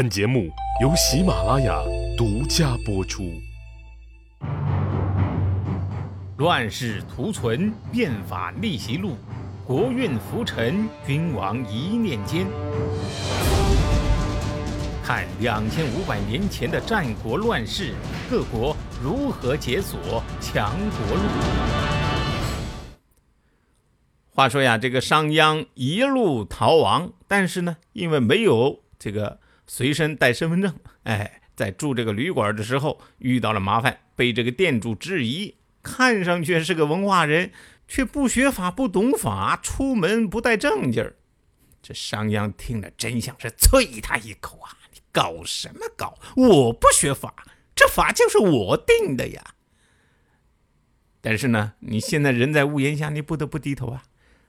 本节目由喜马拉雅独家播出。 乱世图存，变法逆袭录，国运浮沉，君王一念间。看2500年前的战国乱世，各国如何解锁强国路。话说呀，这个商鞅一路逃亡，但是呢，因为没有这个随身带身份证，在住这个旅馆的时候遇到了麻烦，被这个店主质疑，看上去是个文化人，却不学法不懂法，出门不带证件。这商鞅听了真想是啐他一口啊！你搞什么搞？我不学法，这法就是我定的呀。但是呢，你现在人在屋檐下，你不得不低头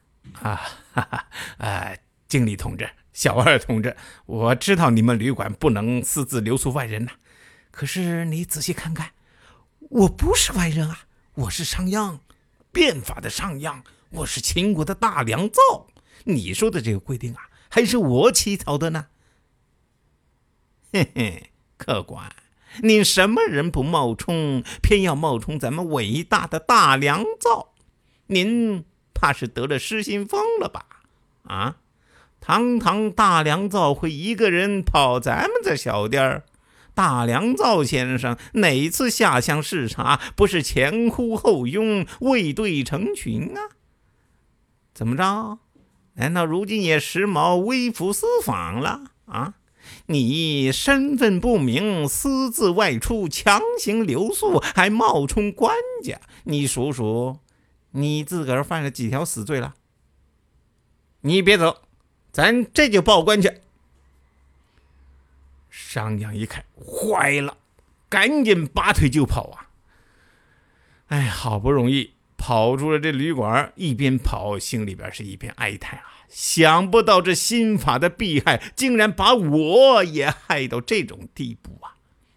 啊！经理同志，小二同志，我知道你们旅馆不能私自留宿外人呐，可是你仔细看看，我不是外人啊，我是商鞅，变法的商鞅，我是秦国的大良造。你说的这个规定啊，还是我起草的呢。嘿嘿，客官，你什么人不冒充，偏要冒充咱们伟大的大良造？您怕是得了失心疯了吧？啊，堂堂大良造会一个人跑咱们这小店儿？大良造先生哪次下乡视察，不是前呼后拥，卫队成群啊？怎么着？难道如今也时髦微服私访了啊？你身份不明，私自外出，强行留宿，还冒充官家，你数数，你自个儿犯了几条死罪了？你别走，咱这就报官去。商鞅一看坏了，赶紧拔腿就跑啊！好不容易跑出了这旅馆，一边跑心里边是一边哀叹啊！想不到这新法的弊害竟然把我也害到这种地步啊！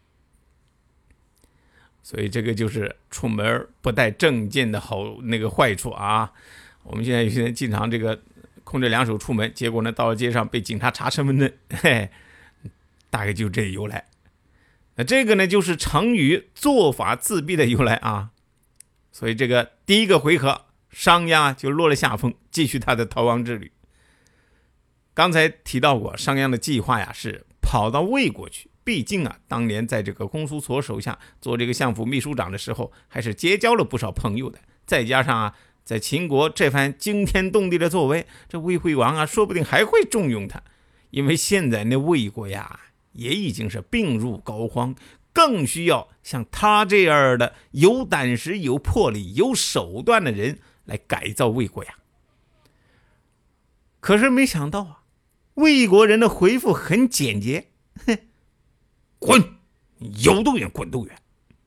所以这个就是出门不带证件的坏处啊！我们现在经常这个空着两手出门，结果呢到了街上被警察查身份证，大概就这由来。那这个呢就是成语做法自毙的由来啊！所以这个第一个回合，商鞅就落了下风，继续他的逃亡之旅。刚才提到过，商鞅的计划呀是跑到魏国去，毕竟啊，当年在这个公叔痤手下做这个相府秘书长的时候，还是结交了不少朋友的。再加上啊，在秦国这番惊天动地的作为，这魏惠王啊，说不定还会重用他。因为现在那魏国呀，也已经是病入膏肓，更需要像他这样的有胆识、有魄力、有手段的人来改造魏国呀。可是没想到啊，魏国人的回复很简洁，滚，有多远滚多远。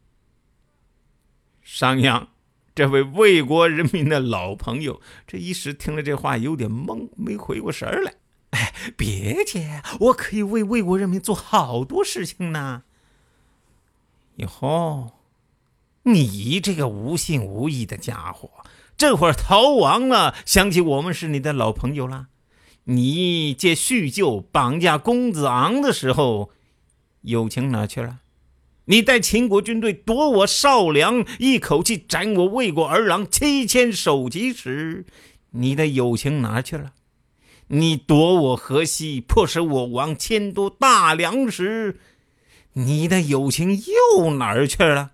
商鞅这位魏国人民的老朋友，这一时听了这话有点懵，没回过神来。别介，我可以为魏国人民做好多事情呢。以后你这个无信无义的家伙，这会儿逃亡了，想起我们是你的老朋友了。你借叙旧绑架公子昂的时候，友情哪去了？你带秦国军队夺我少梁，一口气斩我魏国儿郎7000首级时，你的友情哪去了？你夺我河西，迫使我王迁都大梁时，你的友情又哪儿去了？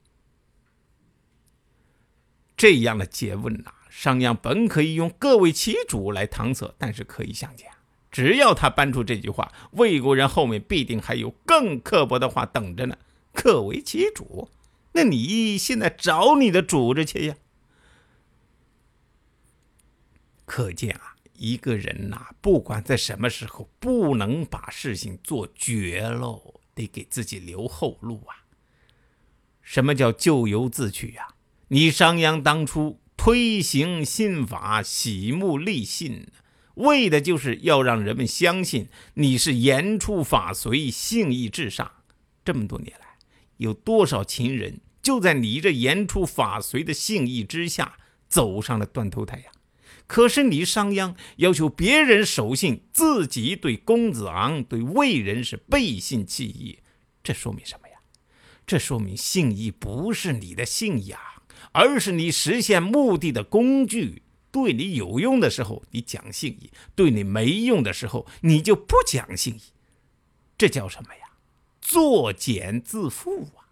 这样的诘问啊，商鞅本可以用各为其主来搪塞，但是可以想见，只要他搬出这句话，魏国人后面必定还有更刻薄的话等着呢。各为其主，那你现在找你的主子去呀。可见啊，一个人呐，不管在什么时候，不能把事情做绝喽，得给自己留后路啊。什么叫咎由自取啊？你商鞅当初推行新法，洗目立信，为的就是要让人们相信你是言出法随，信义至上。这么多年来，有多少秦人就在你这言出法随的信义之下走上了断头台呀？ 可是你商鞅要求别人守信，自己对公子昂、对魏人是背信弃义，这说明什么呀？这说明信义不是你的信仰，而是你实现目的的工具。对你有用的时候你讲信义，对你没用的时候你就不讲信义，这叫什么呀？作茧自缚啊！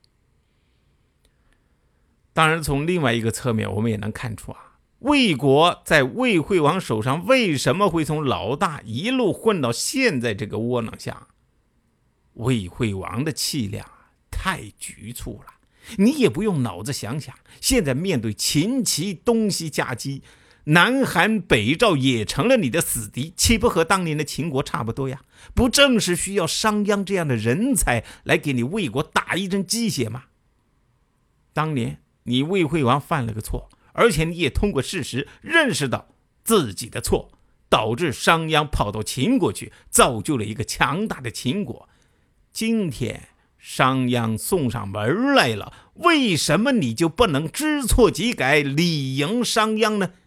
当然从另外一个侧面我们也能看出啊，魏国在魏惠王手上为什么会从老大一路混到现在这个窝囊下？魏惠王的气量太局促了，你也不用脑子想想，现在面对秦齐东西夹击，南韩北赵也成了你的死敌，岂不和当年的秦国差不多呀？不正是需要商鞅这样的人才来给你魏国打一针鸡血吗？当年你魏惠王犯了个错，而且你也通过事实认识到自己的错，导致商鞅跑到秦国去，造就了一个强大的秦国。今天商鞅送上门来了，为什么你就不能知错即改，理迎商鞅呢？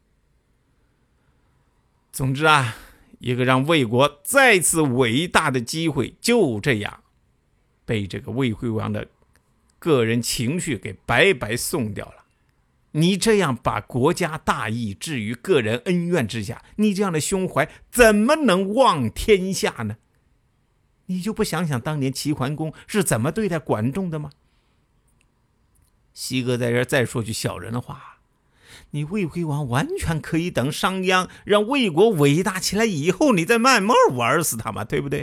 总之啊，一个让魏国再次伟大的机会就这样被这个魏惠王的个人情绪给白白送掉了。你这样把国家大义置于个人恩怨之下，你这样的胸怀怎么能望天下呢？你就不想想当年齐桓公是怎么对待管仲的吗？西哥在这儿再说句小人的话，你魏惠王完全可以等商鞅让魏国伟大起来以后，你再慢慢玩死他嘛，对不对？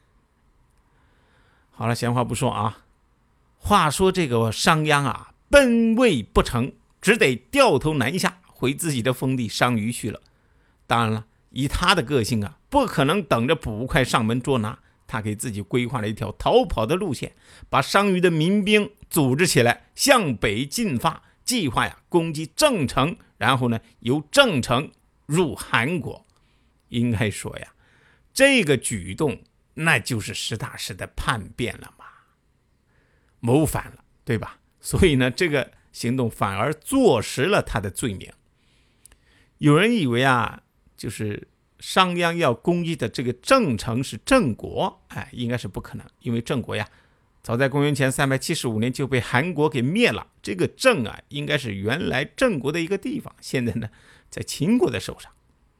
好了，闲话不说啊。话说这个商鞅啊，奔魏不成，只得掉头南下，回自己的封地商於去了。当然了，以他的个性啊，不可能等着捕快上门捉拿，他给自己规划了一条逃跑的路线，把商於的民兵组织起来，向北进发，计划呀攻击郑城，然后呢由郑城入韩国。应该说呀，这个举动那就是实打实的叛变了嘛，谋反了，对吧？所以呢，这个行动反而坐实了他的罪名。有人以为啊，就是商鞅要攻击的这个郑城是郑国，应该是不可能，因为郑国呀早在公元前375年就被韩国给灭了。这个郑啊，应该是原来郑国的一个地方，现在呢在秦国的手上。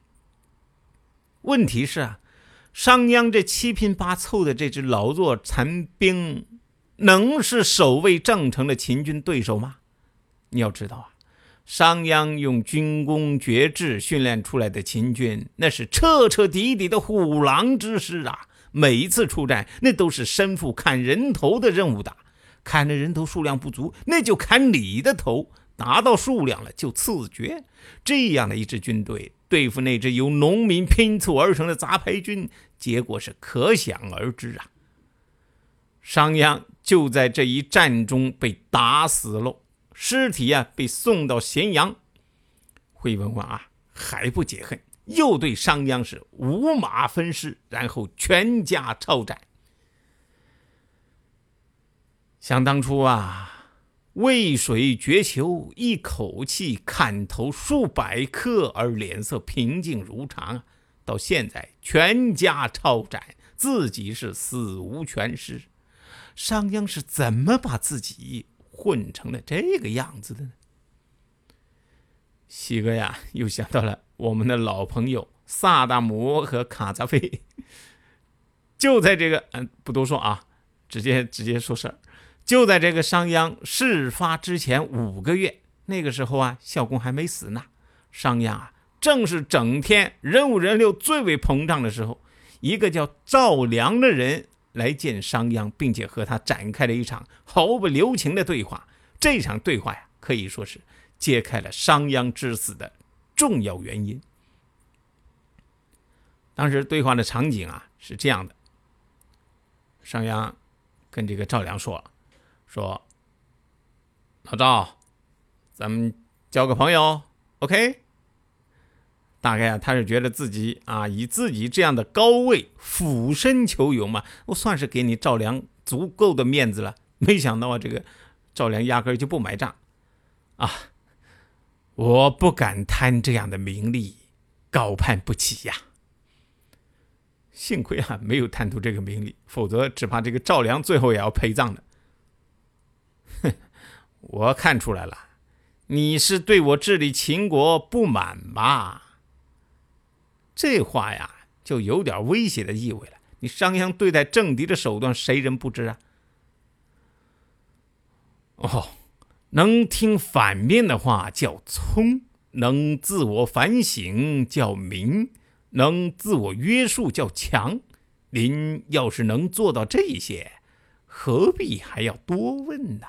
问题是啊，商鞅这七拼八凑的这支老弱残兵，能是守卫郑城的秦军对手吗？你要知道啊，商鞅用军功爵制训练出来的秦军，那是彻彻底底的虎狼之师啊！每一次出战，那都是身负砍人头的任务的，砍的人头数量不足，那就砍你的头，达到数量了就赐爵。这样的一支军队对付那支由农民拼凑而成的杂牌军，结果是可想而知啊。商鞅就在这一战中被打死了，尸体啊被送到咸阳。惠文王啊还不解恨，又对商鞅是五马分尸，然后全家抄斩。想当初啊，渭水决球，一口气砍头数百颗，而脸色平静如常，到现在全家抄斩，自己是死无全尸。商鞅是怎么把自己混成了这个样子的呢？西哥呀又想到了我们的老朋友萨达姆和卡扎菲。就在这个不多说啊，直接说事儿。就在这个商鞅事发之前5个月，那个时候啊，孝公还没死呢。商鞅啊，正是整天人五人六最为膨胀的时候，一个叫赵良的人来见商鞅，并且和他展开了一场毫不留情的对话。这场对话呀，可以说是揭开了商鞅之死的重要原因。当时对话的场景啊是这样的：商鞅跟这个赵良说老赵，咱们交个朋友 OK。 大概啊，他是觉得自己啊，以自己这样的高位俯身求友嘛，我算是给你赵良足够的面子了。没想到啊，这个赵良压根就不买账啊！ 我不敢贪这样的名利，高攀不起呀。幸亏没有贪图这个名利，否则只怕这个赵良最后也要陪葬的。哼，我看出来了，你是对我治理秦国不满吧？这话呀，就有点威胁的意味了。你商鞅对待政敌的手段，谁人不知啊？能听反面的话叫聪，能自我反省叫明，能自我约束叫强。您要是能做到这些，何必还要多问呢？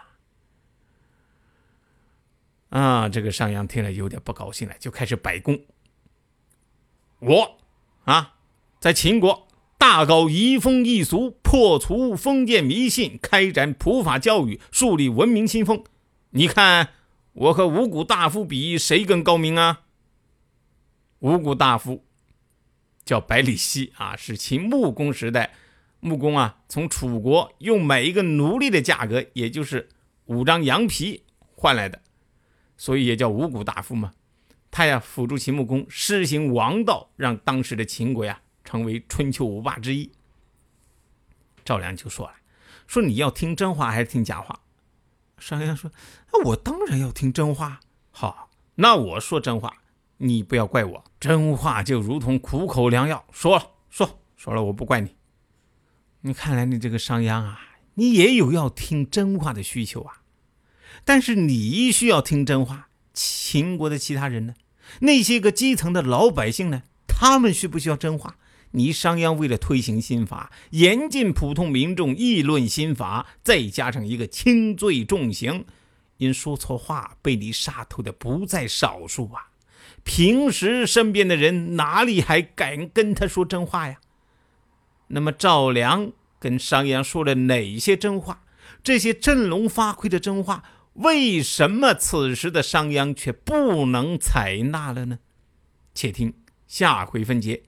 这个商鞅听了有点不高兴了，就开始摆功。我在秦国大搞移风易俗，破除封建迷信，开展普法教育，树立文明新风。你看我和五谷大夫比，谁更高明啊？五谷大夫叫百里奚是秦穆公时代，穆公从楚国用每一个奴隶的价格，也就是5张羊皮换来的，所以也叫五谷大夫嘛。他辅助秦穆公施行王道，让当时的秦国成为春秋5霸之一。赵良就说了，说你要听真话还是听假话？商鞅说，我当然要听真话。好，那我说真话，你不要怪我。真话就如同苦口良药，说了我不怪你。你看来你这个商鞅你也有要听真话的需求但是你需要听真话，秦国的其他人呢？那些个基层的老百姓呢？他们需不需要真话？你商鞅为了推行新法，严禁普通民众议论新法，再加上一个轻罪重刑，因说错话被你杀头的不在少数平时身边的人哪里还敢跟他说真话呀？那么赵良跟商鞅说了哪些真话？这些振聋发聩的真话，为什么此时的商鞅却不能采纳了呢？且听下回分解。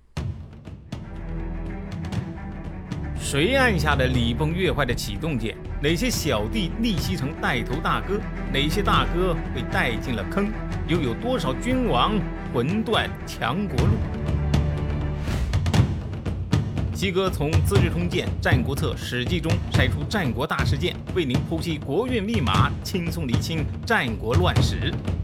谁按下了礼崩乐坏的启动键？哪些小弟逆袭成带头大哥？哪些大哥被带进了坑？又有多少君王魂断强国路？西哥从《资治通鉴》《战国策》《史记》中筛出战国大事件，为您剖析国运密码，轻松理清战国乱史。